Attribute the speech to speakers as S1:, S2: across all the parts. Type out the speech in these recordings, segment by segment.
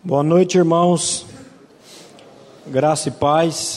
S1: Boa noite, irmãos. Graça e paz.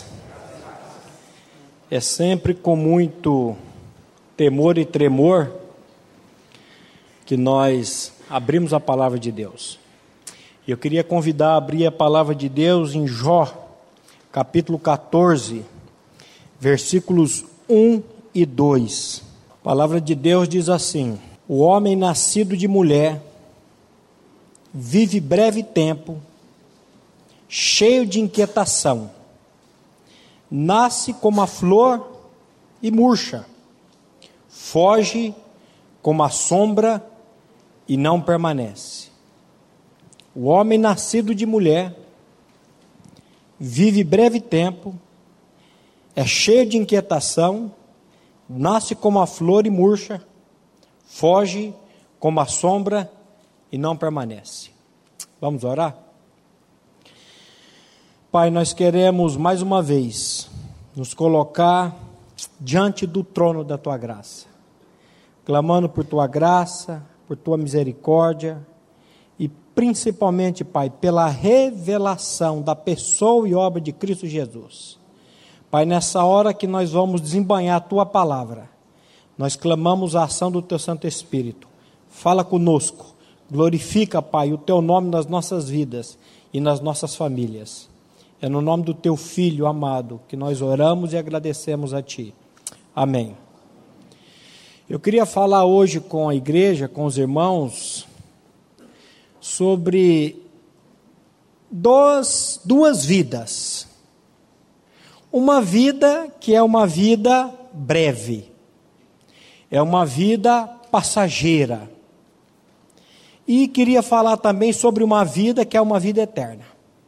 S1: É sempre com muito temor e tremor que nós abrimos a palavra de Deus. Eu queria convidar a abrir a palavra de Deus em Jó, capítulo 14, versículos 1 e 2. A palavra de Deus diz assim: o homem nascido de mulher vive breve tempo, cheio de inquietação. Nasce como a flor e murcha. Foge como a sombra e não permanece. O homem nascido de mulher vive breve tempo, é cheio de inquietação, nasce como a flor e murcha, foge como a sombra e não permanece. Vamos orar? Pai, nós queremos mais uma vez nos colocar diante do trono da Tua graça, clamando por Tua graça, por Tua misericórdia e principalmente, Pai, pela revelação da pessoa e obra de Cristo Jesus. Pai, nessa hora que nós vamos desembainhar a Tua palavra, nós clamamos a ação do Teu Santo Espírito. Fala conosco. Glorifica, Pai, o Teu nome nas nossas vidas e nas nossas famílias. É no nome do Teu Filho amado que nós oramos e agradecemos a Ti. Amém. Eu queria falar hoje com a igreja, com os irmãos, sobre duas vidas. Uma vida que é uma vida breve, é uma vida passageira. E queria falar também sobre uma vida que é uma vida eterna.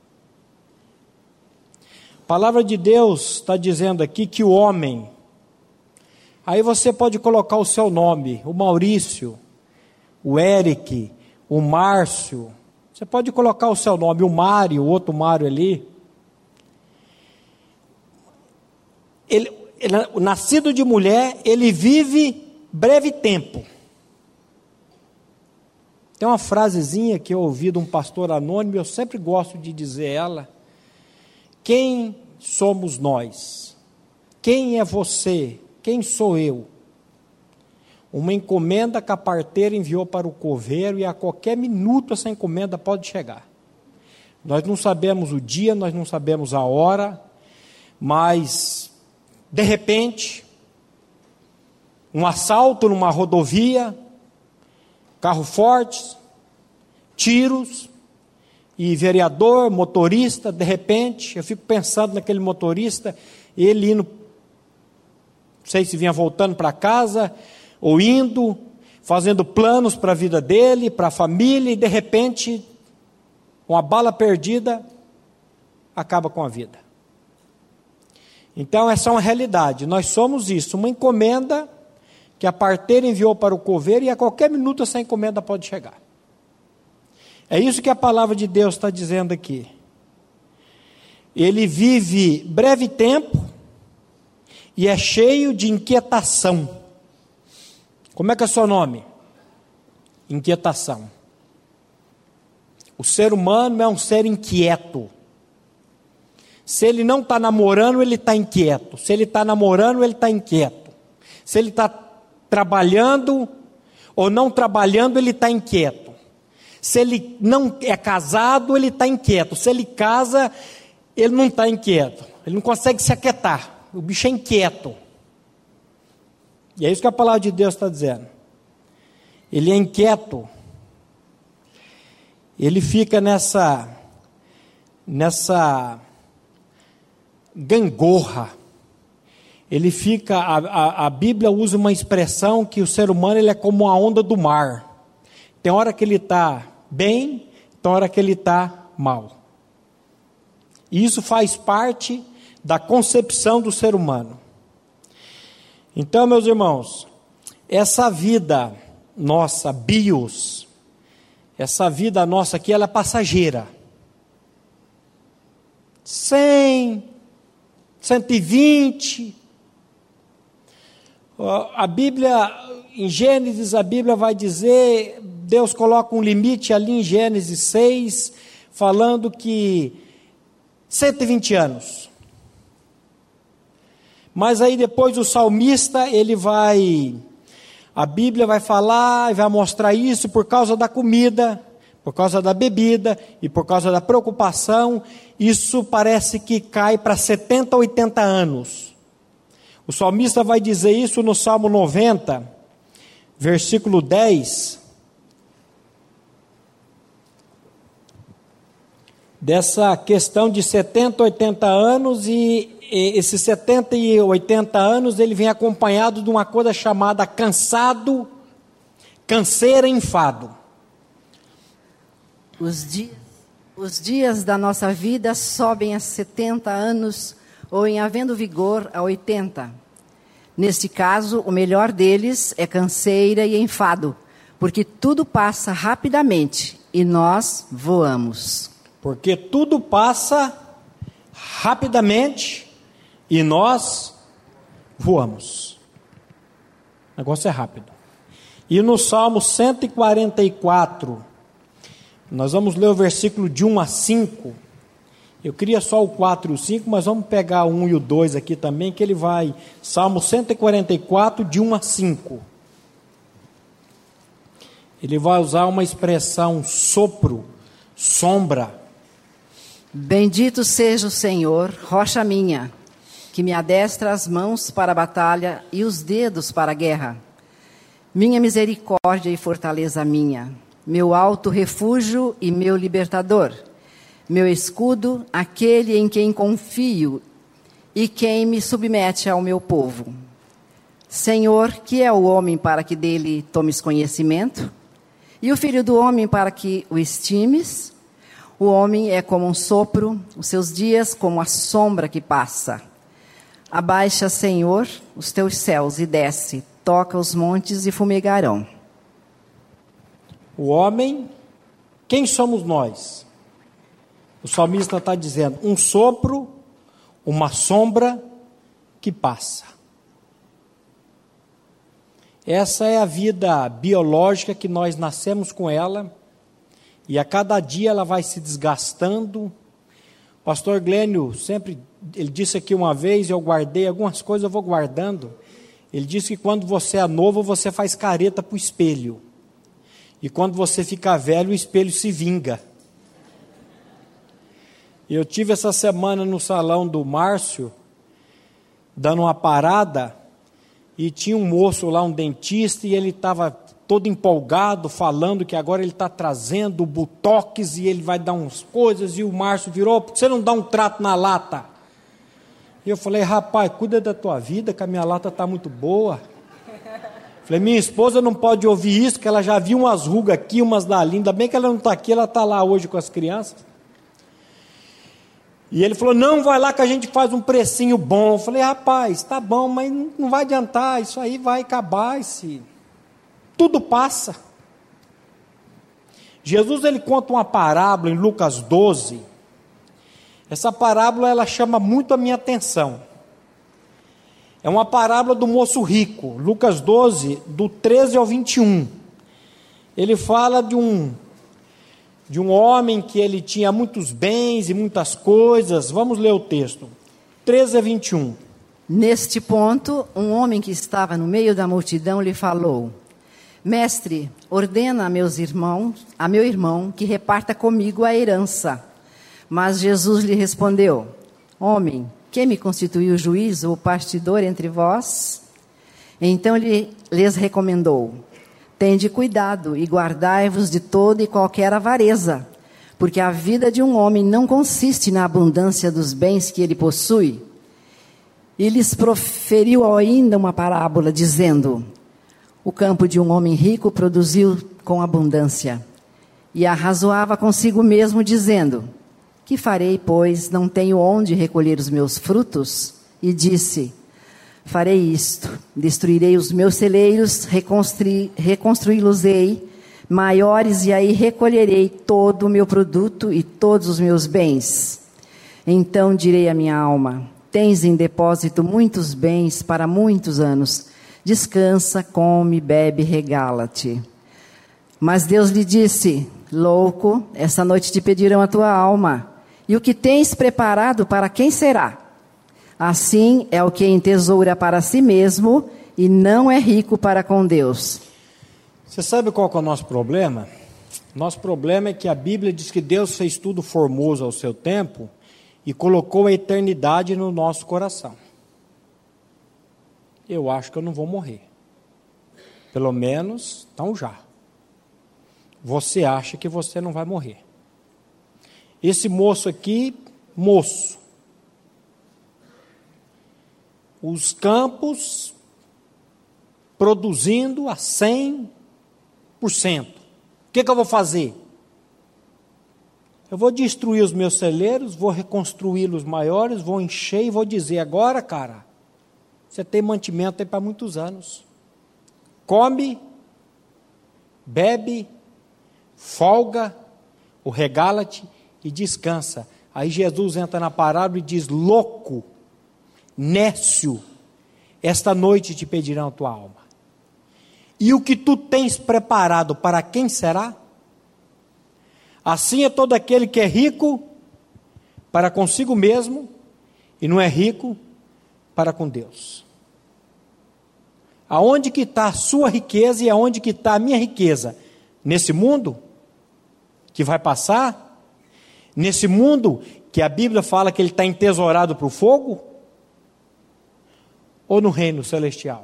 S1: A palavra de Deus está dizendo aqui que o homem, aí você pode colocar o seu nome, o Maurício, o Eric, o Márcio, você pode colocar o seu nome, o Mário, o outro Mário ali. Ele, nascido de mulher, ele vive breve tempo. Tem uma frasezinha que eu ouvi de um pastor anônimo, eu sempre gosto de dizer ela: quem somos nós? Quem é você? Quem sou eu? Uma encomenda que a parteira enviou para o coveiro e a qualquer minuto essa encomenda pode chegar. Nós não sabemos o dia, nós não sabemos a hora, mas de repente, um assalto numa rodovia, carro forte, tiros, e vereador, motorista, de repente, eu fico pensando naquele motorista, ele indo, não sei se vinha voltando para casa, ou indo, fazendo planos para a vida dele, para a família, e de repente, uma bala perdida, acaba com a vida. Então, essa é uma realidade, nós somos isso, uma encomenda que a parteira enviou para o coveiro e a qualquer minuto essa encomenda pode chegar. É isso que a palavra de Deus está dizendo aqui. Ele vive breve tempo e é cheio de inquietação. Como é que é o seu nome? Inquietação. O ser humano é um ser inquieto. Se ele não está namorando, ele está inquieto. Se ele está namorando, ele está inquieto. Se ele está trabalhando ou não trabalhando, ele está inquieto. Se ele não é casado, ele está inquieto. Se ele casa, ele não está inquieto. Ele não consegue se aquietar. O bicho é inquieto. E é isso que a palavra de Deus está dizendo. Ele é inquieto. Ele fica nessa gangorra. Ele fica, a Bíblia usa uma expressão que o ser humano ele é como uma onda do mar. Tem hora que ele está bem, tem hora que ele está mal. E isso faz parte da concepção do ser humano. Então, meus irmãos, essa vida nossa, bios, essa vida nossa aqui, ela é passageira. 100, 120... A Bíblia, em Gênesis, a Bíblia vai dizer, Deus coloca um limite ali em Gênesis 6, falando que 120 anos. Mas aí depois o salmista, a Bíblia vai falar e vai mostrar isso por causa da comida, por causa da bebida e por causa da preocupação. Isso parece que cai para 70, 80 anos. O salmista vai dizer isso no Salmo 90, versículo 10. Dessa questão de 70, 80 anos, e esses 70 e 80 anos, ele vem acompanhado de uma coisa chamada cansado, canseira e enfado.
S2: Os dias da nossa vida sobem a 70 anos, ou em havendo vigor a 80. Neste caso, o melhor deles é canseira e enfado, porque tudo passa rapidamente e nós voamos.
S1: Porque tudo passa rapidamente e nós voamos. O negócio é rápido. E no Salmo 144, nós vamos ler o versículo de 1 a 5. Eu queria só o 4 e o 5, mas vamos pegar o 1 e o 2 aqui também, que ele vai... Salmo 144, de 1 a 5. Ele vai usar uma expressão sopro, sombra.
S2: Bendito seja o Senhor, rocha minha, que me adestra as mãos para a batalha e os dedos para a guerra. Minha misericórdia e fortaleza minha, meu alto refúgio e meu libertador, meu escudo, aquele em quem confio e quem me submete ao meu povo. Senhor, que é o homem para que dele tomes conhecimento? E o filho do homem para que o estimes? O homem é como um sopro, os seus dias como a sombra que passa. Abaixa, Senhor, os teus céus e desce, toca os montes e fumegarão.
S1: O homem, quem somos nós? O salmista está dizendo, um sopro, uma sombra que passa. Essa é a vida biológica que nós nascemos com ela, e a cada dia ela vai se desgastando. O pastor Glênio ele disse aqui uma vez, eu guardei algumas coisas, eu vou guardando. Ele disse que quando você é novo, você faz careta para o espelho. E quando você fica velho, o espelho se vinga. Eu tive essa semana no salão do Márcio, dando uma parada, e tinha um moço lá, um dentista, e ele estava todo empolgado, falando que agora ele está trazendo o botox e ele vai dar umas coisas, e o Márcio virou, por que você não dá um trato na lata? E eu falei, rapaz, cuida da tua vida, que a minha lata está muito boa. Falei, minha esposa não pode ouvir isso, que ela já viu umas rugas aqui, umas dali, ainda bem que ela não está aqui, ela está lá hoje com as crianças. E ele falou, não, vai lá que a gente faz um precinho bom. Eu falei, rapaz, tá bom, mas não vai adiantar, isso aí vai acabar, tudo passa. Jesus, ele conta uma parábola em Lucas 12. Essa parábola, ela chama muito a minha atenção. É uma parábola do moço rico, Lucas 12, do 13 ao 21. Ele fala de um homem que ele tinha muitos bens e muitas coisas. Vamos ler o texto, 13 a 21.
S2: Neste ponto, um homem que estava no meio da multidão lhe falou, Mestre, ordena a meu irmão que reparta comigo a herança. Mas Jesus lhe respondeu, Homem, quem me constituiu juiz ou partidor entre vós? Então ele lhes recomendou, Tende cuidado e guardai-vos de toda e qualquer avareza, porque a vida de um homem não consiste na abundância dos bens que ele possui. E lhes proferiu ainda uma parábola, dizendo, O campo de um homem rico produziu com abundância. E arrazoava consigo mesmo, dizendo, Que farei, pois não tenho onde recolher os meus frutos? E disse, Farei isto, destruirei os meus celeiros, reconstruí-los-ei maiores, e aí recolherei todo o meu produto e todos os meus bens. Então direi à minha alma, tens em depósito muitos bens para muitos anos, descansa, come, bebe, regala-te. Mas Deus lhe disse, louco, essa noite te pedirão a tua alma. E o que tens preparado para quem será? Assim é o que entesoura para si mesmo e não é rico para com Deus.
S1: Você sabe qual que é o nosso problema? Nosso problema é que a Bíblia diz que Deus fez tudo formoso ao seu tempo e colocou a eternidade no nosso coração. Eu acho que eu não vou morrer. Pelo menos, então já. Você acha que você não vai morrer. Esse moço aqui, os campos produzindo a 100%. O que eu vou fazer? Eu vou destruir os meus celeiros, vou reconstruí-los maiores, vou encher e vou dizer, agora, cara, você tem mantimento aí para muitos anos. Come, bebe, folga, ou regala-te e descansa. Aí Jesus entra na parábola e diz, louco, nécio, esta noite te pedirão a tua alma. E o que tu tens preparado, para quem será? Assim é todo aquele que é rico para consigo mesmo e não é rico para com Deus. Aonde que está a sua riqueza e aonde que está a minha riqueza? Nesse mundo que vai passar? Nesse mundo que a Bíblia fala que ele está entesourado para o fogo? Ou no reino celestial?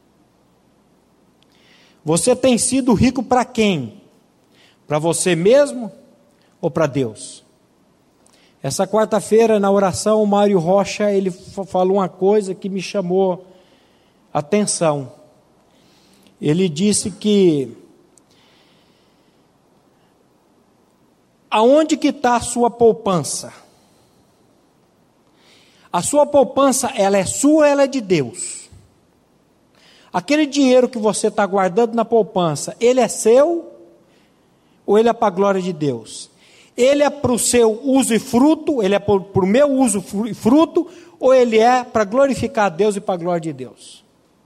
S1: Você tem sido rico para quem? Para você mesmo ou para Deus? Essa quarta-feira, na oração, o Mário Rocha, ele falou uma coisa que me chamou a atenção. Ele disse que aonde que está a sua poupança? A sua poupança, ela é sua, ela é de Deus. Aquele dinheiro que você está guardando na poupança, ele é seu ou ele é para a glória de Deus? Ele é para o seu uso e fruto, ele é para o meu uso e fruto, ou ele é para glorificar a Deus e para a glória de Deus?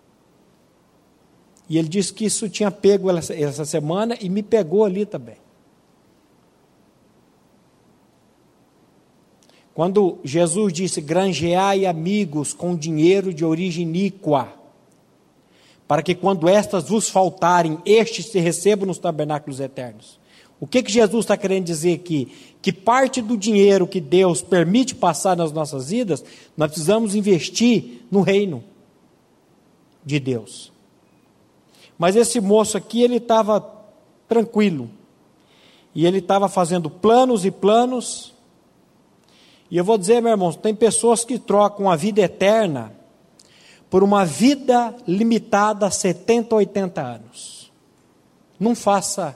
S1: E ele disse que isso tinha pego essa semana e me pegou ali também. Quando Jesus disse, granjeai amigos com dinheiro de origem iníqua, para que quando estas vos faltarem, estes se recebam nos tabernáculos eternos. O que Jesus está querendo dizer aqui? Que parte do dinheiro que Deus permite passar nas nossas vidas, nós precisamos investir no reino de Deus. Mas esse moço aqui, ele estava tranquilo. E ele estava fazendo planos e planos. E eu vou dizer, meu irmão, tem pessoas que trocam a vida eterna por uma vida limitada a 70, 80 anos. Não faça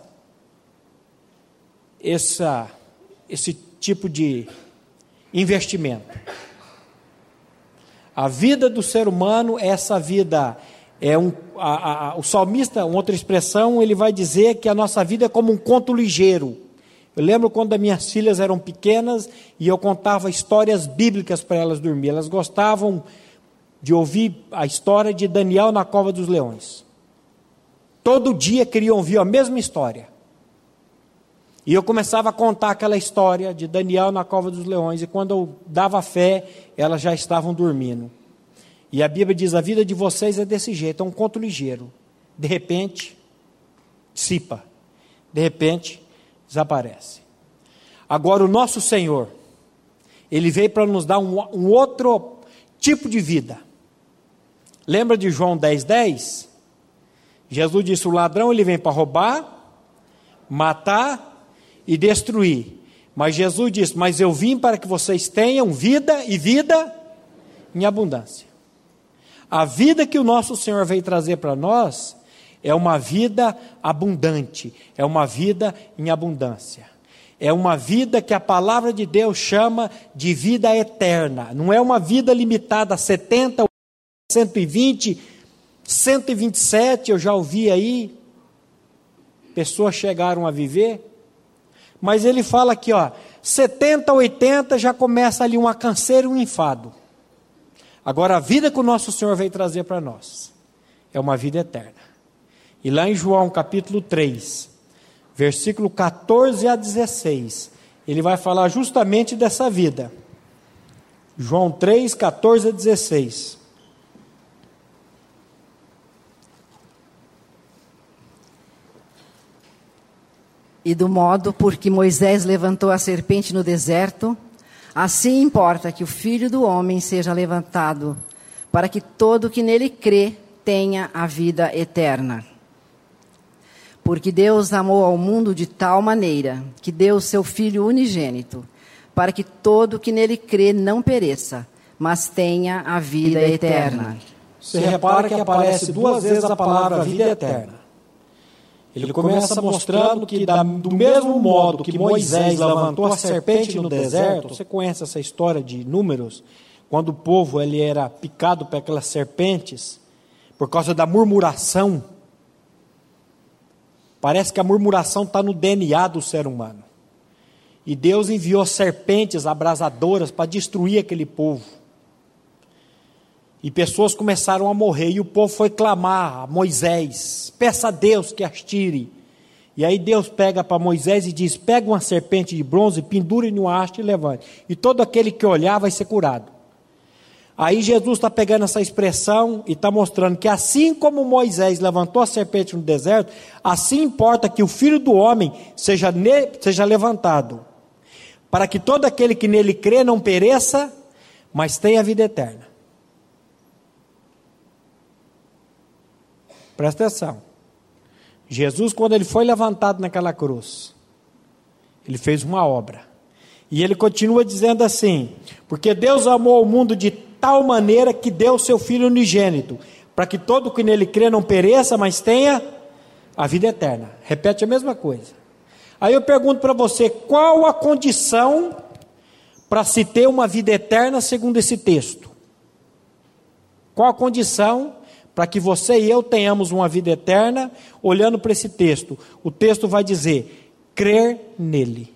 S1: esse tipo de investimento. A vida do ser humano, essa vida o salmista, uma outra expressão, ele vai dizer que a nossa vida é como um conto ligeiro. Eu lembro quando as minhas filhas eram pequenas e eu contava histórias bíblicas para elas dormir. Elas gostavam de ouvir a história de Daniel na cova dos leões. Todo dia queriam ouvir a mesma história. E eu começava a contar aquela história de Daniel na cova dos leões, e quando eu dava fé, elas já estavam dormindo. E a Bíblia diz, a vida de vocês é desse jeito, é um conto ligeiro. De repente, dissipa. De repente, desaparece. Agora o nosso Senhor, Ele veio para nos dar um outro tipo de vida. Lembra de João 10:10? Jesus disse, o ladrão ele vem para roubar, matar e destruir. Mas Jesus disse, mas eu vim para que vocês tenham vida e vida em abundância. A vida que o nosso Senhor veio trazer para nós é uma vida abundante, é uma vida em abundância. É uma vida que a palavra de Deus chama de vida eterna. Não é uma vida limitada a 70, 120, 127, eu já ouvi aí, pessoas chegaram a viver. Mas ele fala aqui, 70, 80 já começa ali uma canseira e um enfado. Agora a vida que o nosso Senhor veio trazer para nós é uma vida eterna. E lá em João capítulo 3, versículo 14 a 16. Ele vai falar justamente dessa vida. João 3, 14 a 16.
S2: E do modo por que Moisés levantou a serpente no deserto, assim importa que o Filho do Homem seja levantado, para que todo que nele crê tenha a vida eterna. Porque Deus amou ao mundo de tal maneira, que deu o seu Filho unigênito, para que todo que nele crê não pereça, mas tenha a vida eterna.
S1: Você repara que aparece 2 vezes a palavra vida eterna. Ele começa mostrando que do mesmo modo que Moisés levantou a serpente no deserto, você conhece essa história de Números, quando o povo ele era picado por aquelas serpentes, por causa da murmuração. Parece que a murmuração está no DNA do ser humano. E Deus enviou serpentes abrasadoras para destruir aquele povo. E pessoas começaram a morrer, e o povo foi clamar a Moisés, peça a Deus que as tire. E aí Deus pega para Moisés e diz, pega uma serpente de bronze, pendure no haste e levante. E todo aquele que olhar vai ser curado. Aí Jesus está pegando essa expressão e está mostrando que assim como Moisés levantou a serpente no deserto, assim importa que o Filho do Homem seja levantado, para que todo aquele que nele crê não pereça, mas tenha a vida eterna. Presta atenção. Jesus, quando ele foi levantado naquela cruz, ele fez uma obra. E ele continua dizendo assim, porque Deus amou o mundo de tal maneira que deu o seu Filho unigênito, para que todo que nele crê não pereça, mas tenha a vida eterna. Repete a mesma coisa. Aí eu pergunto para você, qual a condição para se ter uma vida eterna segundo esse texto? Qual a condição para que você e eu tenhamos uma vida eterna, olhando para esse texto? O texto vai dizer, crer nele.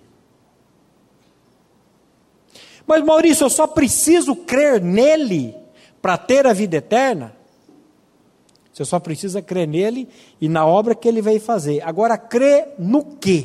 S1: Mas Maurício, eu só preciso crer nele para ter a vida eterna? Você só precisa crer nele e na obra que ele veio fazer. Agora, crer no quê?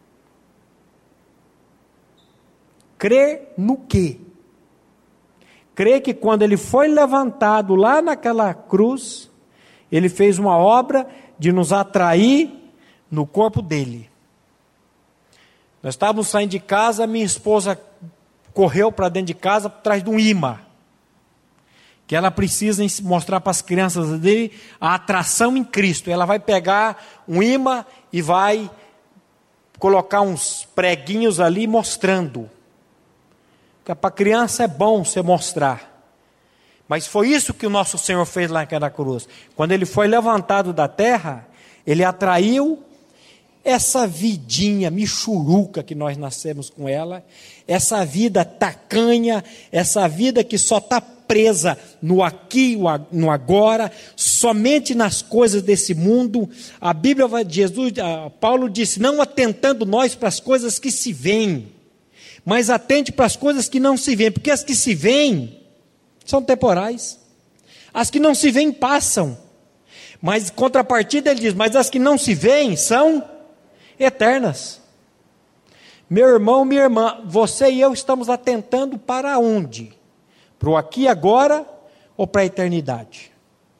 S1: Crer no quê? Crer que quando ele foi levantado lá naquela cruz, ele fez uma obra de nos atrair no corpo dele. Nós estávamos saindo de casa, minha esposa correu para dentro de casa atrás de um imã, que ela precisa mostrar para as crianças dele a atração em Cristo. Ela vai pegar um imã e vai colocar uns preguinhos ali mostrando. Porque para a criança é bom você mostrar. Mas foi isso que o nosso Senhor fez lá naquela cruz. Quando ele foi levantado da terra, ele atraiu essa vidinha michuruca que nós nascemos com ela, essa vida tacanha, essa vida que só está presa no aqui, no agora, somente nas coisas desse mundo. A Bíblia vai, Paulo disse, não atentando nós para as coisas que se veem, mas atente para as coisas que não se veem, porque as que se veem são temporais, as que não se veem passam, mas em contrapartida ele diz, mas as que não se veem são eternas. Meu irmão, minha irmã, você e eu estamos atentando para onde? Para o aqui e agora ou para a eternidade?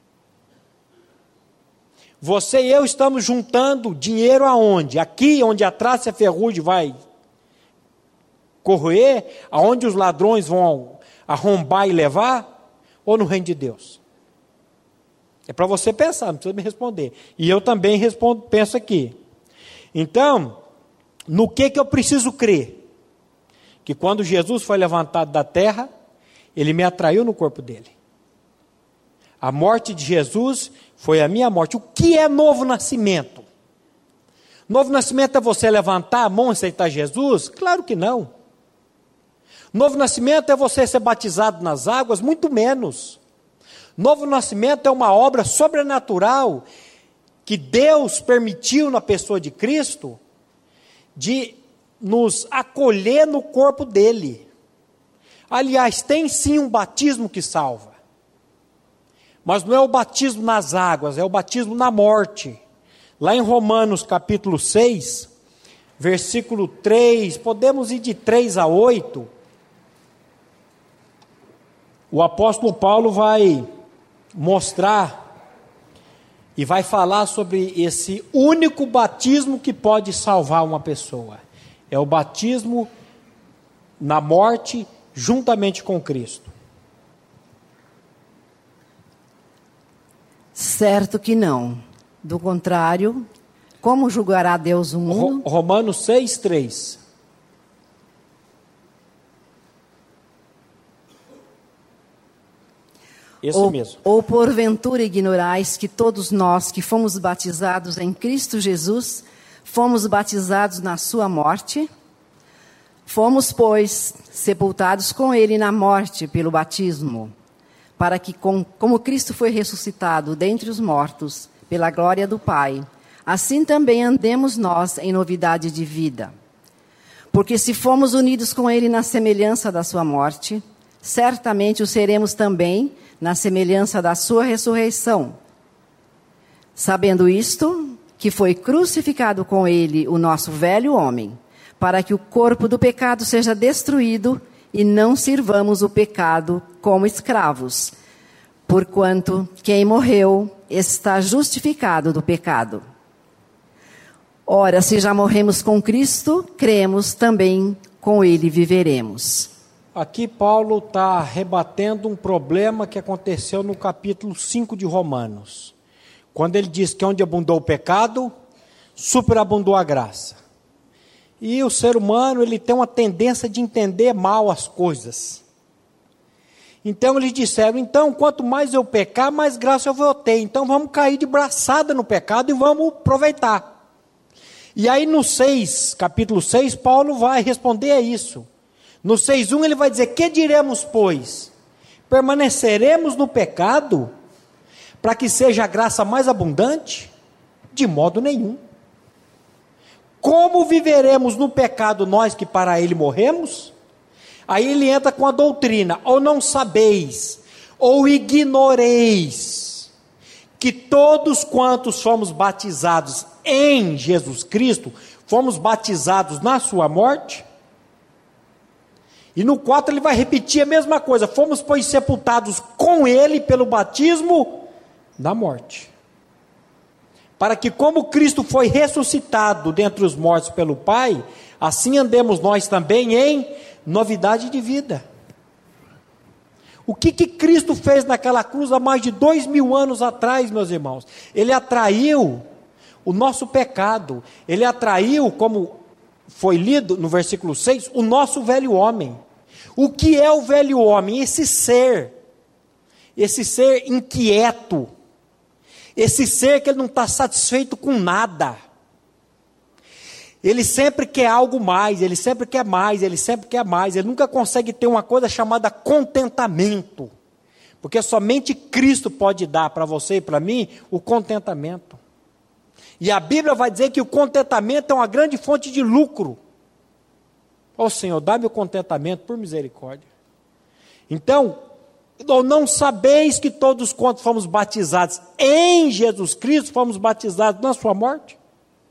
S1: Você e eu estamos juntando dinheiro aonde? Aqui, onde a traça e a ferrugem vai corroer, aonde os ladrões vão arrombar e levar, ou no reino de Deus? É para você pensar, não precisa me responder. E eu também penso aqui. Então, no que eu preciso crer? Que quando Jesus foi levantado da terra, ele me atraiu no corpo dele. A morte de Jesus foi a minha morte. O que é novo nascimento? Novo nascimento é você levantar a mão e aceitar Jesus? Claro que não. Novo nascimento é você ser batizado nas águas? Muito menos. Novo nascimento é uma obra sobrenatural que Deus permitiu na pessoa de Cristo, de nos acolher no corpo dele. Aliás, tem sim um batismo que salva, mas não é o batismo nas águas, é o batismo na morte. Lá em Romanos capítulo 6, versículo 3, podemos ir de 3 a 8. O apóstolo Paulo vai mostrar e vai falar sobre esse único batismo que pode salvar uma pessoa. É o batismo na morte juntamente com Cristo.
S2: Certo que não. Do contrário, como julgará Deus o mundo?
S1: Romanos 6, 3. Isso mesmo.
S2: Ou porventura ignorais que todos nós que fomos batizados em Cristo Jesus, fomos batizados na sua morte? Fomos, pois, sepultados com ele na morte pelo batismo, para que, como Cristo foi ressuscitado dentre os mortos, pela glória do Pai, assim também andemos nós em novidade de vida. Porque se fomos unidos com ele na semelhança da sua morte, certamente o seremos também na semelhança da sua ressurreição. Sabendo isto, que foi crucificado com ele o nosso velho homem, para que o corpo do pecado seja destruído e não sirvamos o pecado como escravos, porquanto quem morreu está justificado do pecado. Ora, se já morremos com Cristo, cremos também com ele viveremos.
S1: Aqui Paulo está rebatendo um problema que aconteceu no capítulo 5 de Romanos, quando ele diz que onde abundou o pecado, superabundou a graça. E o ser humano, ele tem uma tendência de entender mal as coisas. Então eles disseram, então quanto mais eu pecar, mais graça eu vou ter. Então vamos cair de braçada no pecado e vamos aproveitar. E aí no 6, capítulo 6, Paulo vai responder a isso. No 6:1 ele vai dizer, que diremos, pois? Permaneceremos no pecado para que seja a graça mais abundante? De modo nenhum. Como viveremos no pecado nós que para ele morremos? Aí ele entra com a doutrina, ou não sabeis, ou ignoreis, que todos quantos fomos batizados em Jesus Cristo, fomos batizados na sua morte? E no 4 ele vai repetir a mesma coisa, fomos pois sepultados com ele pelo batismo da morte. Para que como Cristo foi ressuscitado dentre os mortos pelo Pai, assim andemos nós também em novidade de vida. O que Cristo fez naquela cruz há mais de 2000 anos atrás, meus irmãos? Ele atraiu o nosso pecado, ele atraiu, como foi lido no versículo 6, o nosso velho homem. O que é o velho homem? Esse ser inquieto, esse ser que ele não está satisfeito com nada. Ele sempre quer algo mais, ele sempre quer mais, ele sempre quer mais. Ele nunca consegue ter uma coisa chamada contentamento. Porque somente Cristo pode dar para você e para mim o contentamento. E a Bíblia vai dizer que o contentamento é uma grande fonte de lucro. Ó Senhor, dá-me o contentamento por misericórdia. Então, ou não sabeis que todos quantos fomos batizados em Jesus Cristo, fomos batizados na sua morte?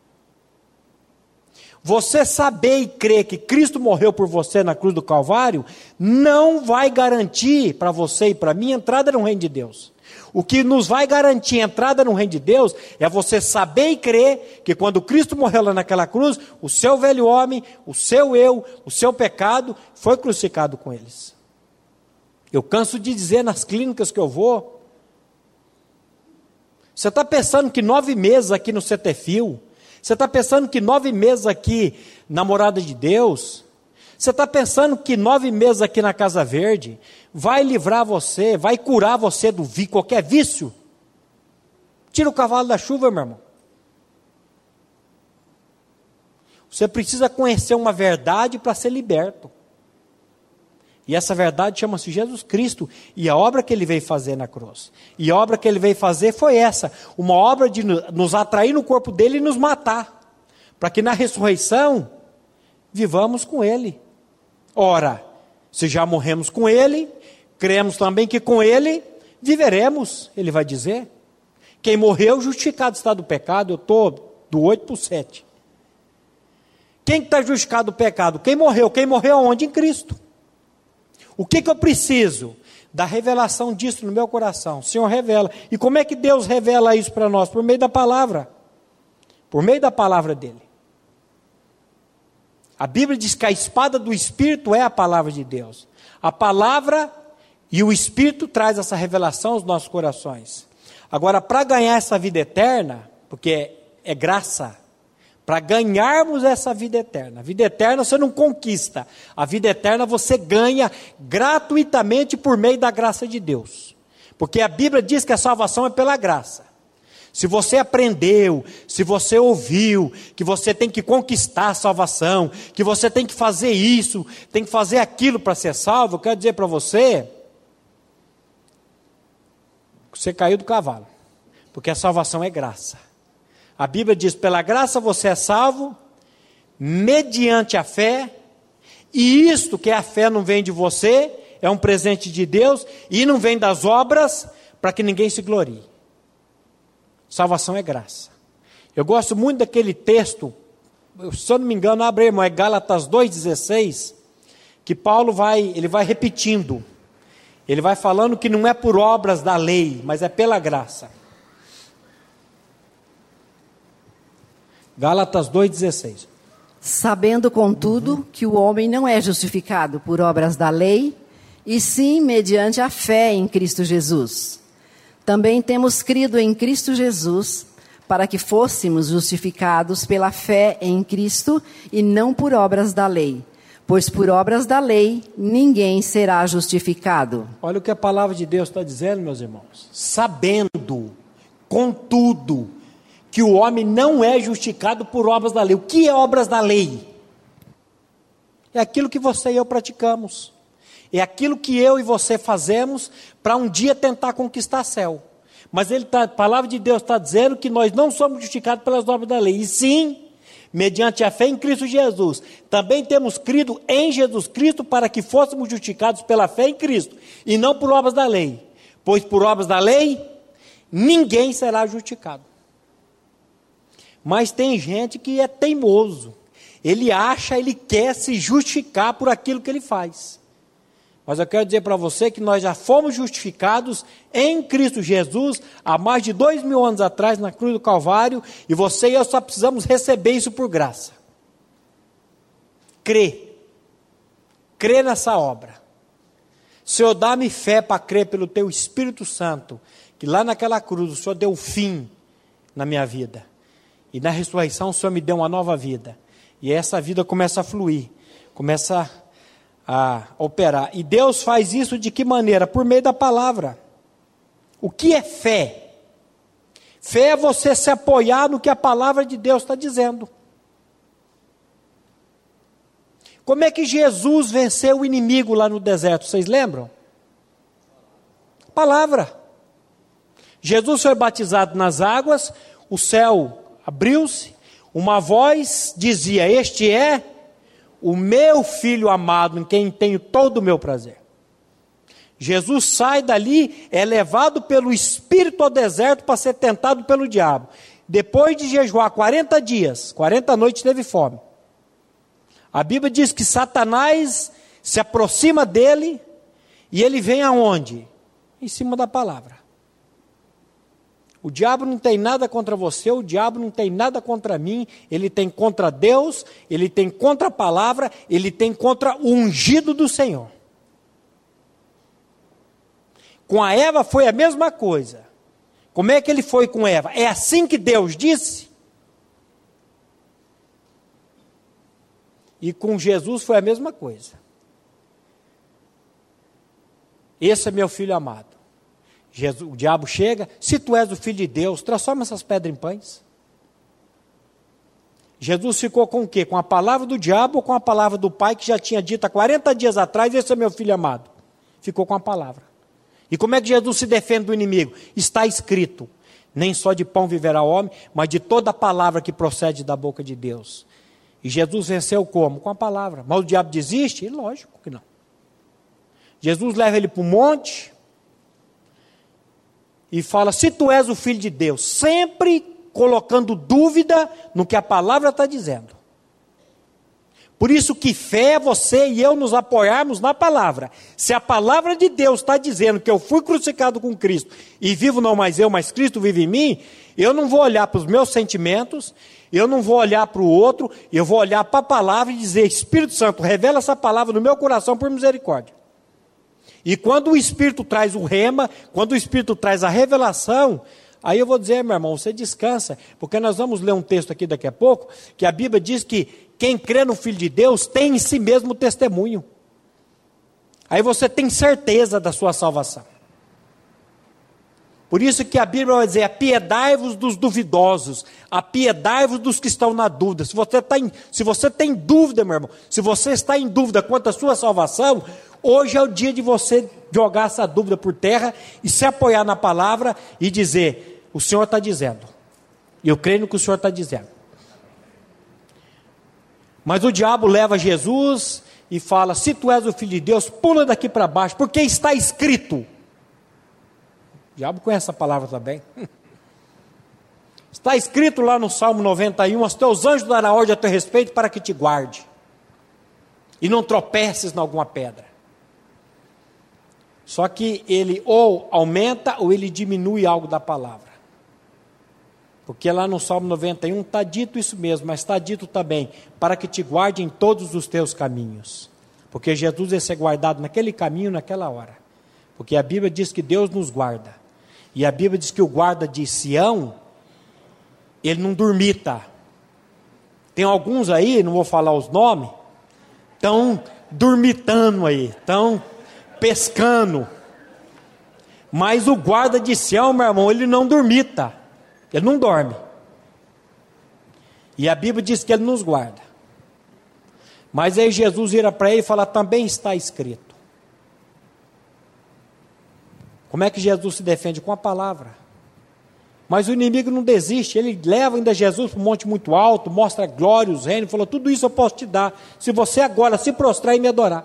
S1: Você saber e crer que Cristo morreu por você na cruz do Calvário, não vai garantir para você e para mim entrada no reino de Deus. O que nos vai garantir entrada no reino de Deus é você saber e crer que quando Cristo morreu lá naquela cruz, o seu velho homem, o seu eu, o seu pecado, foi crucificado com eles. Eu canso de dizer nas clínicas que eu vou, você está pensando que 9 meses aqui no CTFIL, você está pensando que 9 meses aqui na Morada de Deus, você está pensando que 9 meses aqui na Casa Verde vai livrar você, vai curar você do qualquer vício? Tira o cavalo da chuva, meu irmão. Você precisa conhecer uma verdade para ser liberto. E essa verdade chama-se Jesus Cristo, e a obra que ele veio fazer na cruz. E a obra que ele veio fazer foi essa, uma obra de nos atrair no corpo dele e nos matar, para que na ressurreição vivamos com ele. Ora, se já morremos com ele, cremos também que com ele viveremos, ele vai dizer. Quem morreu, justificado está do pecado. Eu estou do 8 para o 7. Quem está justificado do pecado? Quem morreu? Quem morreu aonde? Em Cristo. O que eu preciso? Da revelação disso no meu coração. O Senhor revela. E como é que Deus revela isso para nós? Por meio da palavra. Por meio da palavra dele. A Bíblia diz que a espada do Espírito é a palavra de Deus. A palavra e o Espírito traz essa revelação aos nossos corações. Agora, para ganhar essa vida eterna, porque é graça, para ganharmos essa vida eterna. A vida eterna você não conquista. A vida eterna você ganha gratuitamente por meio da graça de Deus. Porque a Bíblia diz que a salvação é pela graça. Se você aprendeu, se você ouviu, que você tem que conquistar a salvação, que você tem que fazer isso, tem que fazer aquilo para ser salvo, eu quero dizer para você, você caiu do cavalo. Porque a salvação é graça. A Bíblia diz, pela graça você é salvo, mediante a fé, e isto que é a fé não vem de você, é um presente de Deus, e não vem das obras, para que ninguém se glorie. Salvação é graça. Eu gosto muito daquele texto, se eu não me engano, abre aí, irmão, é Gálatas 2,16, que Paulo vai repetindo, ele vai falando que não é por obras da lei, mas é pela graça. Gálatas 2,16.
S2: Sabendo, contudo, que o homem não é justificado por obras da lei, e sim mediante a fé em Cristo Jesus. Também temos crido em Cristo Jesus, para que fôssemos justificados pela fé em Cristo e não por obras da lei. Pois por obras da lei ninguém será justificado.
S1: Olha o que a palavra de Deus está dizendo, meus irmãos. Sabendo, contudo, que o homem não é justificado por obras da lei. O que é obras da lei? É aquilo que você e eu praticamos. É aquilo que eu e você fazemos para um dia tentar conquistar céu. Mas a palavra de Deus está dizendo que nós não somos justificados pelas obras da lei. E sim, mediante a fé em Cristo Jesus. Também temos crido em Jesus Cristo para que fôssemos justificados pela fé em Cristo. E não por obras da lei. Pois por obras da lei, ninguém será justificado. Mas tem gente que é teimoso. Ele acha, ele quer se justificar por aquilo que ele faz. Mas eu quero dizer para você que nós já fomos justificados em Cristo Jesus há mais de 2000 anos atrás na cruz do Calvário, e você e eu só precisamos receber isso por graça. Crê nessa obra. Senhor, dá-me fé para crer pelo teu Espírito Santo, que lá naquela cruz o Senhor deu fim na minha vida, e na ressurreição o Senhor me deu uma nova vida, e essa vida começa a fluir, começa a operar. E Deus faz isso de que maneira? Por meio da palavra. O que é fé? Fé é você se apoiar no que a palavra de Deus está dizendo. Como é que Jesus venceu o inimigo lá no deserto? Vocês lembram? Palavra. Jesus foi batizado nas águas, o céu abriu-se, uma voz dizia: este é o meu filho amado, em quem tenho todo o meu prazer. Jesus sai dali, é levado pelo Espírito ao deserto para ser tentado pelo diabo. Depois de jejuar 40 dias, 40 noites teve fome. A Bíblia diz que Satanás se aproxima dele e ele vem aonde? Em cima da palavra. O diabo não tem nada contra você, o diabo não tem nada contra mim, ele tem contra Deus, ele tem contra a palavra, ele tem contra o ungido do Senhor. Com a Eva foi a mesma coisa. Como é que ele foi com Eva? É assim que Deus disse? E com Jesus foi a mesma coisa. Esse é meu filho amado. O diabo chega: se tu és o filho de Deus, transforma essas pedras em pães. Jesus ficou com o quê? Com a palavra do diabo ou com a palavra do Pai, que já tinha dito há 40 dias atrás: esse é meu filho amado? Ficou com a palavra. E como é que Jesus se defende do inimigo? Está escrito: nem só de pão viverá o homem, mas de toda a palavra que procede da boca de Deus. E Jesus venceu como? Com a palavra. Mas o diabo desiste? Lógico que não. Jesus leva ele para o monte e fala: se tu és o filho de Deus, sempre colocando dúvida no que a palavra está dizendo. Por isso que fé é você e eu nos apoiarmos na palavra. Se a palavra de Deus está dizendo que eu fui crucificado com Cristo e vivo não mais eu, mas Cristo vive em mim, eu não vou olhar para os meus sentimentos, eu não vou olhar para o outro, eu vou olhar para a palavra e dizer: Espírito Santo, revela essa palavra no meu coração por misericórdia. E quando o Espírito traz o rema, quando o Espírito traz a revelação, aí eu vou dizer: meu irmão, você descansa, porque nós vamos ler um texto aqui daqui a pouco, que a Bíblia diz que quem crê no Filho de Deus tem em si mesmo testemunho. Aí você tem certeza da sua salvação. Por isso que a Bíblia vai dizer: apiedai-vos dos duvidosos, apiedai-vos dos que estão na dúvida. Se você tem dúvida, meu irmão, se você está em dúvida quanto à sua salvação, hoje é o dia de você jogar essa dúvida por terra e se apoiar na palavra e dizer: o Senhor está dizendo, e eu creio no que o Senhor está dizendo. Mas o diabo leva Jesus e fala: se tu és o Filho de Deus, pula daqui para baixo, porque está escrito. O diabo conhece essa palavra também. Está escrito lá no Salmo 91, aos teus anjos dará ordem a teu respeito para que te guarde, e não tropeces em alguma pedra. Só que ele ou aumenta ou ele diminui algo da palavra. Porque lá no Salmo 91 está dito isso mesmo, mas está dito também: para que te guarde em todos os teus caminhos. Porque Jesus ia ser guardado naquele caminho, naquela hora. Porque a Bíblia diz que Deus nos guarda. E a Bíblia diz que o guarda de Sião, ele não dormita. Tem alguns aí, não vou falar os nomes, estão dormitando aí, estão pescando. Mas o guarda de Sião, meu irmão, ele não dormita. Ele não dorme. E a Bíblia diz que ele nos guarda. Mas aí Jesus vira para ele e fala: também está escrito. Como é que Jesus se defende? Com a palavra. Mas o inimigo não desiste, ele leva ainda Jesus para um monte muito alto, mostra a glória, os reinos, falou: tudo isso eu posso te dar, se você agora se prostrar e me adorar.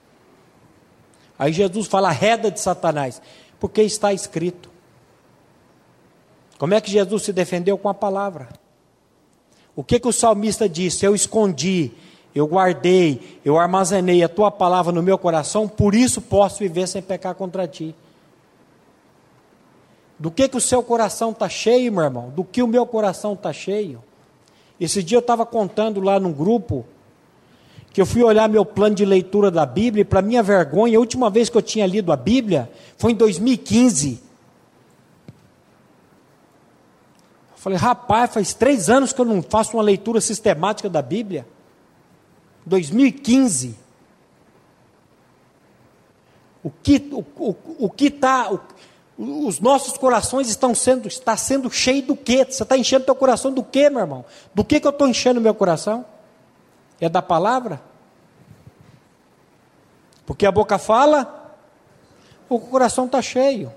S1: Aí Jesus fala: reda de Satanás, porque está escrito. Como é que Jesus se defendeu? Com a palavra. O que o salmista disse? Eu escondi, eu guardei, eu armazenei a tua palavra no meu coração, por isso posso viver sem pecar contra ti. Do que o seu coração está cheio, meu irmão? Do que o meu coração está cheio? Esse dia eu estava contando lá num grupo, que eu fui olhar meu plano de leitura da Bíblia, e para minha vergonha, a última vez que eu tinha lido a Bíblia, foi em 2015. Eu falei: rapaz, faz 3 anos que eu não faço uma leitura sistemática da Bíblia. 2015. Os nossos corações está sendo cheio do quê? Você está enchendo teu coração do quê, meu irmão? Do que eu estou enchendo meu coração? É da palavra? Porque a boca fala, o coração está cheio.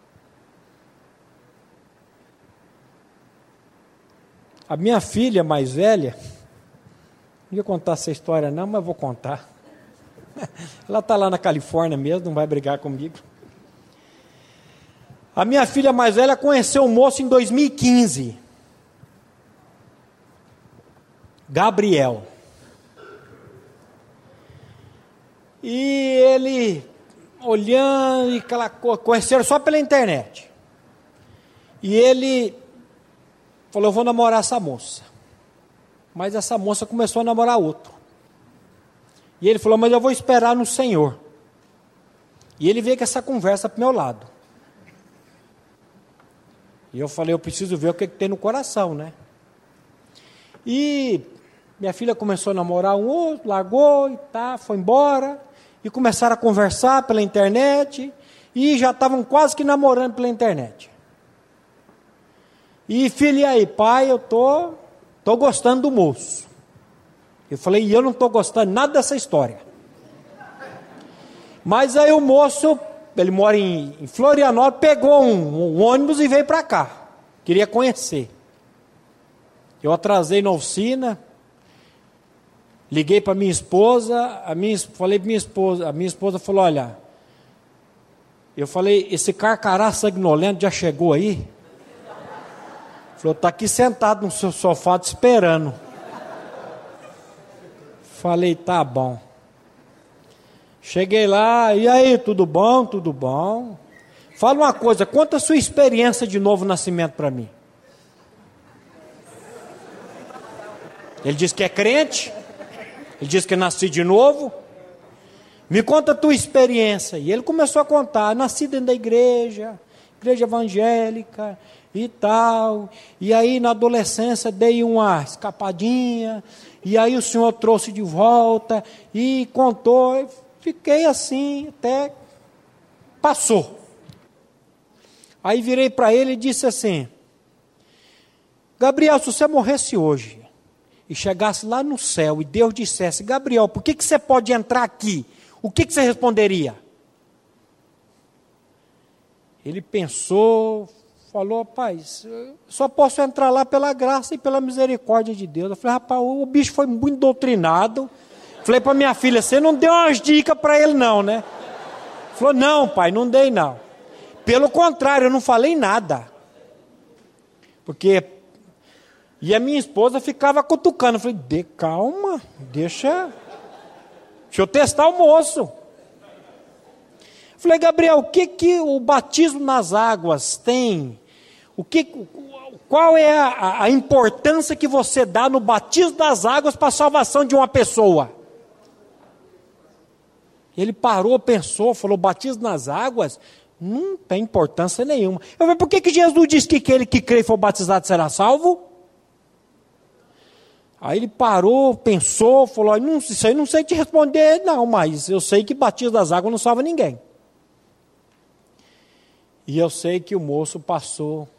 S1: A minha filha mais velha, não ia contar essa história não, mas vou contar. Ela está lá na Califórnia mesmo, não vai brigar comigo. A minha filha mais velha conheceu um moço em 2015. Gabriel. E ele, olhando, e conheceram só pela internet. E ele falou: eu vou namorar essa moça. Mas essa moça começou a namorar outro. E ele falou: mas eu vou esperar no Senhor. E ele veio com essa conversa para o meu lado. E eu falei: eu preciso ver o que tem no coração, né? E minha filha começou a namorar um outro, largou e tá, foi embora. E começaram a conversar pela internet. E já estavam quase que namorando pela internet. E filha, e aí, pai, eu tô gostando do moço. Eu falei: e eu não estou gostando nada dessa história. Mas aí o moço, ele mora em Florianópolis, pegou um ônibus e veio para cá. Queria conhecer. Eu atrasei na oficina, liguei para minha esposa, falei para minha esposa, a minha esposa falou: olha, eu falei: esse carcará sanguinolento já chegou aí? Falou: está aqui sentado no seu sofá te esperando. Falei, tá bom. Cheguei lá, e aí, tudo bom? Tudo bom? Fala uma coisa, conta a sua experiência de novo nascimento para mim. Ele disse que é crente, ele disse que nasci de novo. Me conta a tua experiência. E ele começou a contar, nasci dentro da igreja evangélica e tal. E aí na adolescência dei uma escapadinha, e aí o Senhor trouxe de volta, e contou, fiquei assim, até passou. Aí virei para ele e disse assim, Gabriel, se você morresse hoje, e chegasse lá no céu, e Deus dissesse, Gabriel, por que você pode entrar aqui? O que você responderia? Ele pensou, falou, rapaz, só posso entrar lá pela graça e pela misericórdia de Deus. Eu falei, rapaz, o bicho foi muito doutrinado. Falei para minha filha, você não deu umas dicas para ele não, né? Falou, não pai, não dei não. Pelo contrário, eu não falei nada. Porque... E a minha esposa ficava cutucando. Eu falei, calma, deixa eu testar o moço. Eu falei, Gabriel, o que o batismo nas águas tem? Qual é a importância que você dá no batismo das águas para a salvação de uma pessoa? Ele parou, pensou, falou, batismo nas águas não tem importância nenhuma. Eu falei, por que Jesus disse que aquele que crê e for batizado será salvo? Aí ele parou, pensou, falou, isso aí não sei te responder não, mas eu sei que batismo das águas não salva ninguém. E eu sei que o moço passou.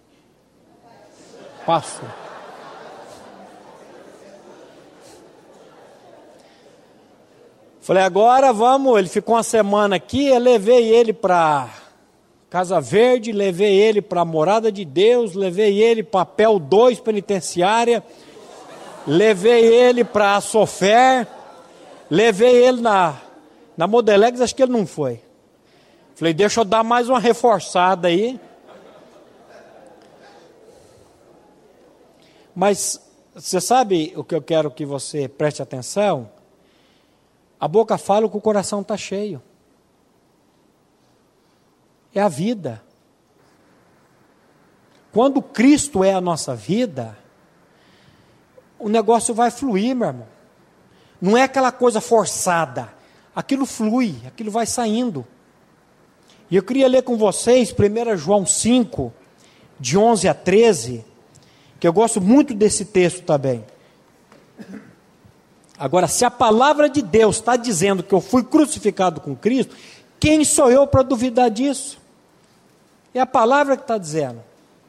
S1: Falei, agora vamos, ele ficou uma semana aqui, eu levei ele para Casa Verde, levei ele para a Morada de Deus, levei ele para PEL 2 penitenciária, levei ele para a Sofer, levei ele na Modelex, acho que ele não foi. Falei, deixa eu dar mais uma reforçada aí. Mas, você sabe o que eu quero que você preste atenção? A boca fala que o coração está cheio. É a vida. Quando Cristo é a nossa vida, o negócio vai fluir, meu irmão. Não é aquela coisa forçada. Aquilo flui, aquilo vai saindo. E eu queria ler com vocês 1 João 5, de 11 a 13, que eu gosto muito desse texto também. Agora, se a palavra de Deus está dizendo que eu fui crucificado com Cristo, quem sou eu para duvidar disso? É a palavra que está dizendo.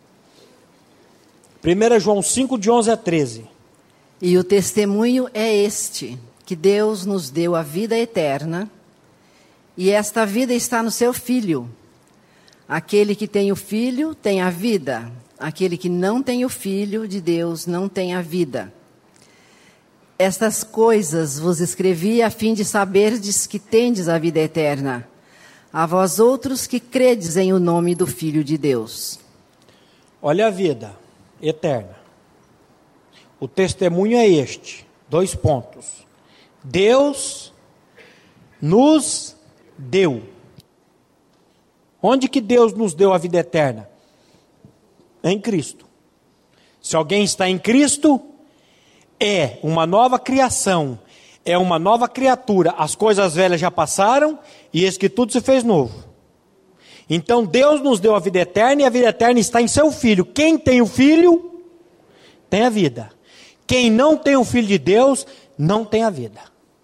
S1: 1 João 5, de 11 a 13.
S2: E o testemunho é este, que Deus nos deu a vida eterna, e esta vida está no seu Filho. Aquele que tem o Filho tem a vida, aquele que não tem o Filho de Deus não tem a vida. Estas coisas vos escrevi a fim de saberdes que tendes a vida eterna, a vós outros que credes em o nome do Filho de Deus.
S1: Olha a vida eterna. O testemunho é este, 2 pontos. Deus nos deu. Onde que Deus nos deu a vida eterna? Em Cristo. Se alguém está em Cristo, é uma nova criação, é uma nova criatura. As coisas velhas já passaram e eis que tudo se fez novo. Então Deus nos deu a vida eterna e a vida eterna está em seu Filho. Quem tem o Filho, tem a vida. Quem não tem o Filho de Deus, não tem a vida.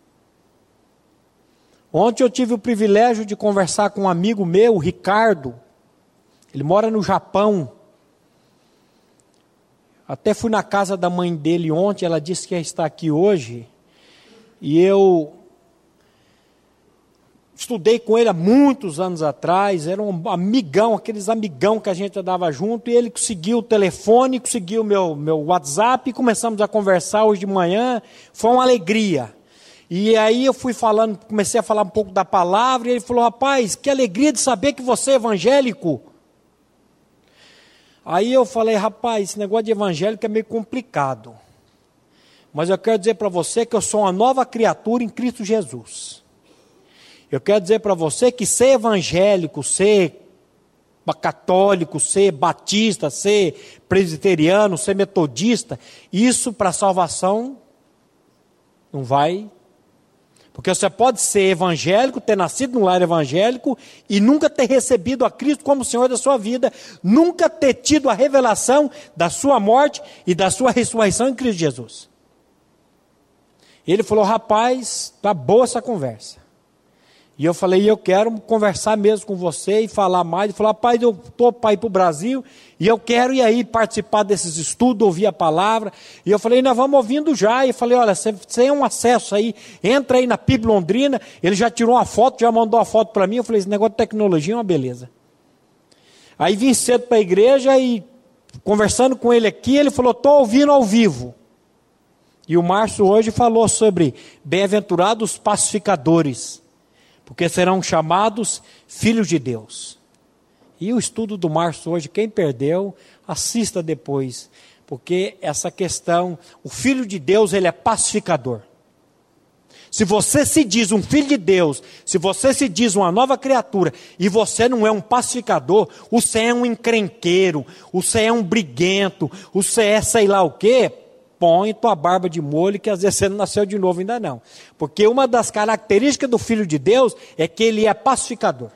S1: Ontem eu tive o privilégio de conversar com um amigo meu, o Ricardo. Ele mora no Japão. Até fui na casa da mãe dele ontem, ela disse que ia estar aqui hoje. E eu estudei com ele há muitos anos atrás, era um amigão, aqueles amigão que a gente andava junto, e ele conseguiu o telefone, conseguiu o meu WhatsApp, e começamos a conversar hoje de manhã, foi uma alegria. E aí eu comecei a falar um pouco da palavra, e ele falou, rapaz, que alegria de saber que você é evangélico. Aí eu falei, rapaz, esse negócio de evangélico é meio complicado. mas eu quero dizer para você que eu sou uma nova criatura em Cristo Jesus. Eu quero dizer para você que ser evangélico, ser católico, ser batista, ser presbiteriano, ser metodista, isso para salvação não vai. Porque você pode ser evangélico, ter nascido num lar evangélico e nunca ter recebido a Cristo como Senhor da sua vida, nunca ter tido a revelação da sua morte e da sua ressurreição em Cristo Jesus. Ele falou, rapaz, tá boa essa conversa. E eu falei, eu quero conversar mesmo com você e falar mais. Ele falou, rapaz, eu estou para ir para o Brasil e eu quero ir aí participar desses estudos, ouvir a palavra. E eu falei, nós vamos ouvindo já. E eu falei, olha, você tem um acesso aí, entra aí na PIB Londrina. Ele já tirou uma foto, já mandou uma foto para mim. Eu falei, esse negócio de tecnologia é uma beleza. Aí vim cedo para a igreja e conversando com ele aqui, ele falou, estou ouvindo ao vivo. E o Márcio hoje falou sobre bem-aventurados pacificadores, porque serão chamados filhos de Deus. E o estudo do Márcio hoje, quem perdeu, assista depois, porque essa questão, o filho de Deus, ele é pacificador. Se você se diz um filho de Deus, se você se diz uma nova criatura, e você não é um pacificador, você é um encrenqueiro, você é um briguento, você é sei lá o quê, põe tua barba de molho, que às vezes você não nasceu de novo ainda não. Porque uma das características do Filho de Deus é que ele é pacificador.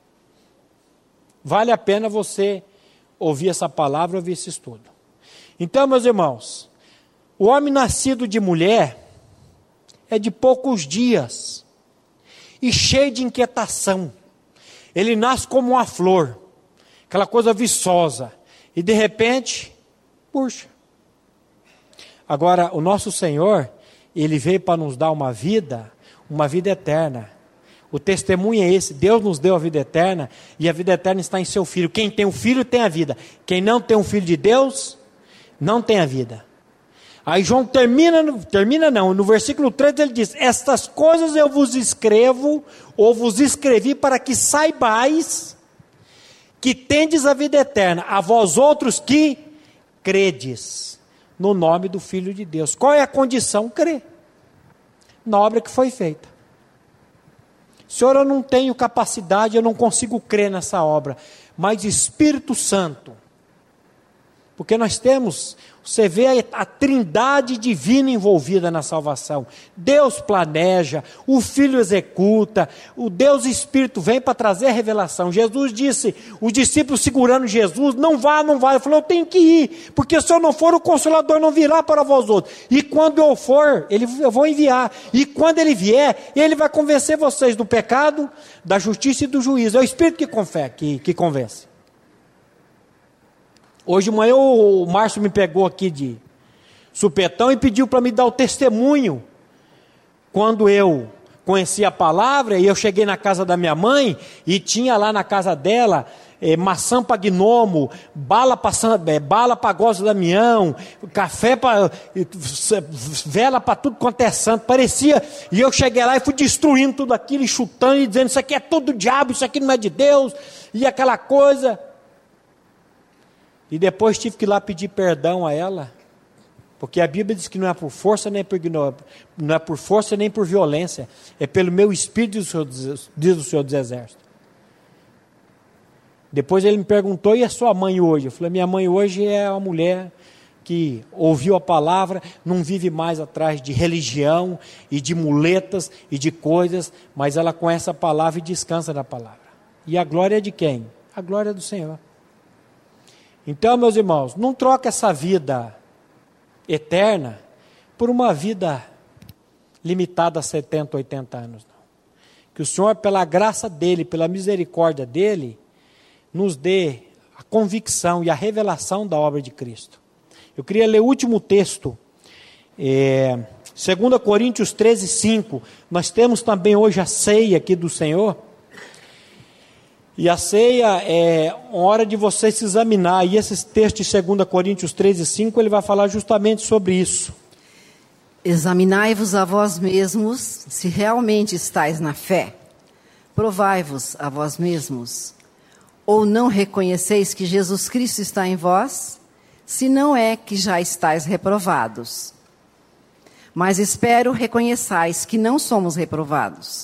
S1: Vale a pena você ouvir essa palavra, ouvir esse estudo. Então, meus irmãos, o homem nascido de mulher é de poucos dias e cheio de inquietação. Ele nasce como uma flor, aquela coisa viçosa, e de repente, puxa. Agora, o nosso Senhor, Ele veio para nos dar uma vida eterna. O testemunho é esse, Deus nos deu a vida eterna, e a vida eterna está em seu Filho. Quem tem o Filho tem a vida. Quem não tem o Filho de Deus, não tem a vida. Aí João no versículo 3 ele diz, estas coisas eu vos escrevo, ou vos escrevi para que saibais que tendes a vida eterna, a vós outros que credes no nome do Filho de Deus. Qual é a condição? Crer na obra que foi feita. Senhor, eu não tenho capacidade, eu não consigo crer nessa obra, mas Espírito Santo, porque nós temos, você vê a trindade divina envolvida na salvação. Deus planeja, o Filho executa, o Deus Espírito vem para trazer a revelação. Jesus disse, os discípulos segurando Jesus, não vá. Ele falou, eu tenho que ir, porque se eu não for, o Consolador não virá para vós outros. E quando eu for, eu vou enviar. E quando ele vier, ele vai convencer vocês do pecado, da justiça e do juízo. É o Espírito que convence. Hoje de manhã o Márcio me pegou aqui de supetão e pediu para me dar o testemunho. Quando eu conheci a palavra e eu cheguei na casa da minha mãe e tinha lá na casa dela maçã para gnomo, bala para gozo da Damião, café para vela para tudo quanto é santo, parecia, e eu cheguei lá e fui destruindo tudo aquilo e chutando e dizendo, isso aqui é tudo diabo, isso aqui não é de Deus, e aquela coisa. E depois tive que ir lá pedir perdão a ela, porque a Bíblia diz que não é por força nem por violência, é pelo meu Espírito, diz o Senhor dos Exércitos. Depois ele me perguntou, e a sua mãe hoje? Eu falei, minha mãe hoje é uma mulher que ouviu a palavra, não vive mais atrás de religião e de muletas e de coisas, mas ela conhece a palavra e descansa na palavra. E a glória é de quem? A glória é do Senhor. Então, meus irmãos, não troque essa vida eterna por uma vida limitada a 70, 80 anos. Não. Que o Senhor, pela graça dEle, pela misericórdia dEle, nos dê a convicção e a revelação da obra de Cristo. Eu queria ler o último texto, 2 Coríntios 13, 5. Nós temos também hoje a ceia aqui do Senhor. E a ceia é uma hora de você se examinar. E esse texto de 2 Coríntios 13, 5, ele vai falar justamente sobre isso.
S2: Examinai-vos a vós mesmos, se realmente estáis na fé. Provai-vos a vós mesmos. Ou não reconheceis que Jesus Cristo está em vós? Se não é que já estáis reprovados. mas espero reconheçais que não somos reprovados.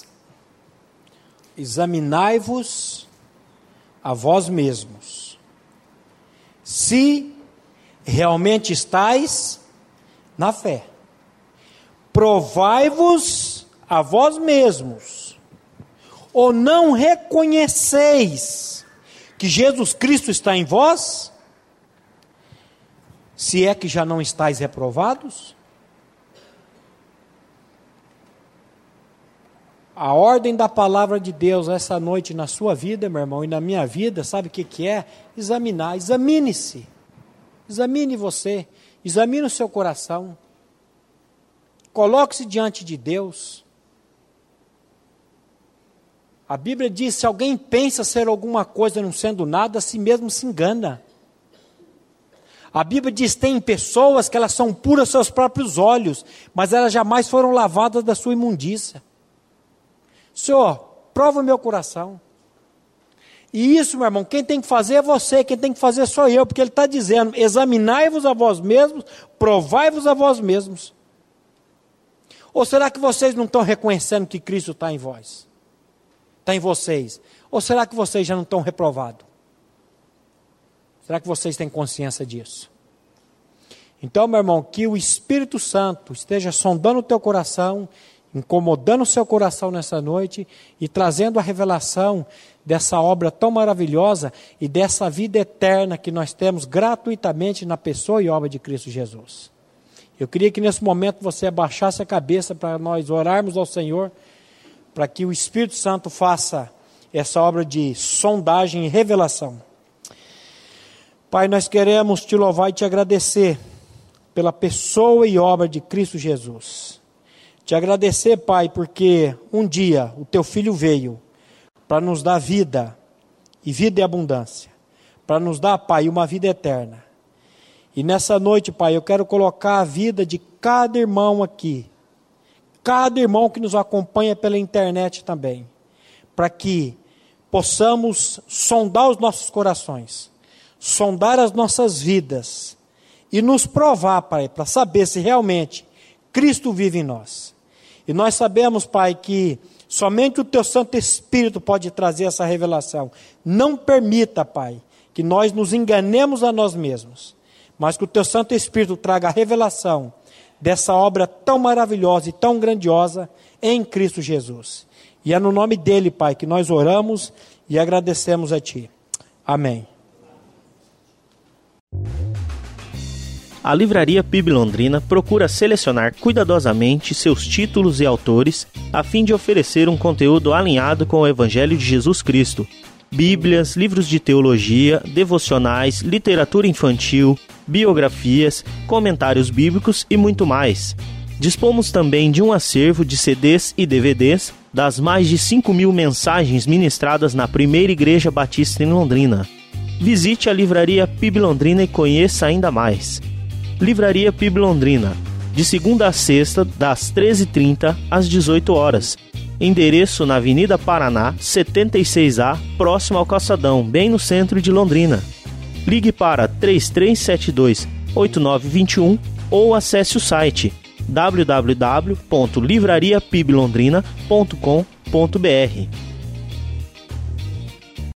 S1: Examinai-vos a vós mesmos, se realmente estáis na fé. Provai-vos a vós mesmos, ou não reconheceis que Jesus Cristo está em vós, se é que já não estáis reprovados? A ordem da palavra de Deus essa noite na sua vida, meu irmão, e na minha vida, sabe o que é? Examinar, examine-se. Examine você, examine o seu coração. Coloque-se diante de Deus. A Bíblia diz, se alguém pensa ser alguma coisa não sendo nada, a si mesmo se engana. A Bíblia diz, tem pessoas que elas são puras aos seus próprios olhos, mas elas jamais foram lavadas da sua imundícia. Senhor, prova o meu coração. E isso, meu irmão, quem tem que fazer é você, quem tem que fazer sou eu, porque ele está dizendo, examinai-vos a vós mesmos, provai-vos a vós mesmos. Ou será que vocês não estão reconhecendo que Cristo está em vós? Está em vocês? Ou será que vocês já não estão reprovados? Será que vocês têm consciência disso? Então, meu irmão, que o Espírito Santo esteja sondando o teu coração, incomodando o seu coração nessa noite e trazendo a revelação dessa obra tão maravilhosa e dessa vida eterna que nós temos gratuitamente na pessoa e obra de Cristo Jesus. Eu queria que nesse momento você abaixasse a cabeça para nós orarmos ao Senhor, para que o Espírito Santo faça essa obra de sondagem e revelação. Pai, nós queremos te louvar e te agradecer pela pessoa e obra de Cristo Jesus. Te agradecer, Pai, porque um dia o teu Filho veio para nos dar vida, e vida e abundância, para nos dar, Pai, uma vida eterna. E nessa noite, Pai, eu quero colocar a vida de cada irmão aqui, cada irmão que nos acompanha pela internet também, para que possamos sondar os nossos corações, sondar as nossas vidas e nos provar, Pai, para saber se realmente Cristo vive em nós. E nós sabemos, Pai, que somente o Teu Santo Espírito pode trazer essa revelação. Não permita, Pai, que nós nos enganemos a nós mesmos, mas que o Teu Santo Espírito traga a revelação dessa obra tão maravilhosa e tão grandiosa em Cristo Jesus. E é no nome dEle, Pai, que nós oramos e agradecemos a Ti. Amém.
S3: A Livraria PIB Londrina procura selecionar cuidadosamente seus títulos e autores a fim de oferecer um conteúdo alinhado com o Evangelho de Jesus Cristo. Bíblias, livros de teologia, devocionais, literatura infantil, biografias, comentários bíblicos e muito mais. Dispomos também de um acervo de CDs e DVDs das mais de 5.000 mensagens ministradas na Primeira Igreja Batista em Londrina. Visite a Livraria PIB Londrina e conheça ainda mais. Livraria PIB Londrina, de segunda a sexta, das 13h30 às 18 horas. Endereço na Avenida Paraná, 76A, próximo ao Calçadão, bem no centro de Londrina. Ligue para 3372-8921 ou acesse o site www.livrariapiblondrina.com.br.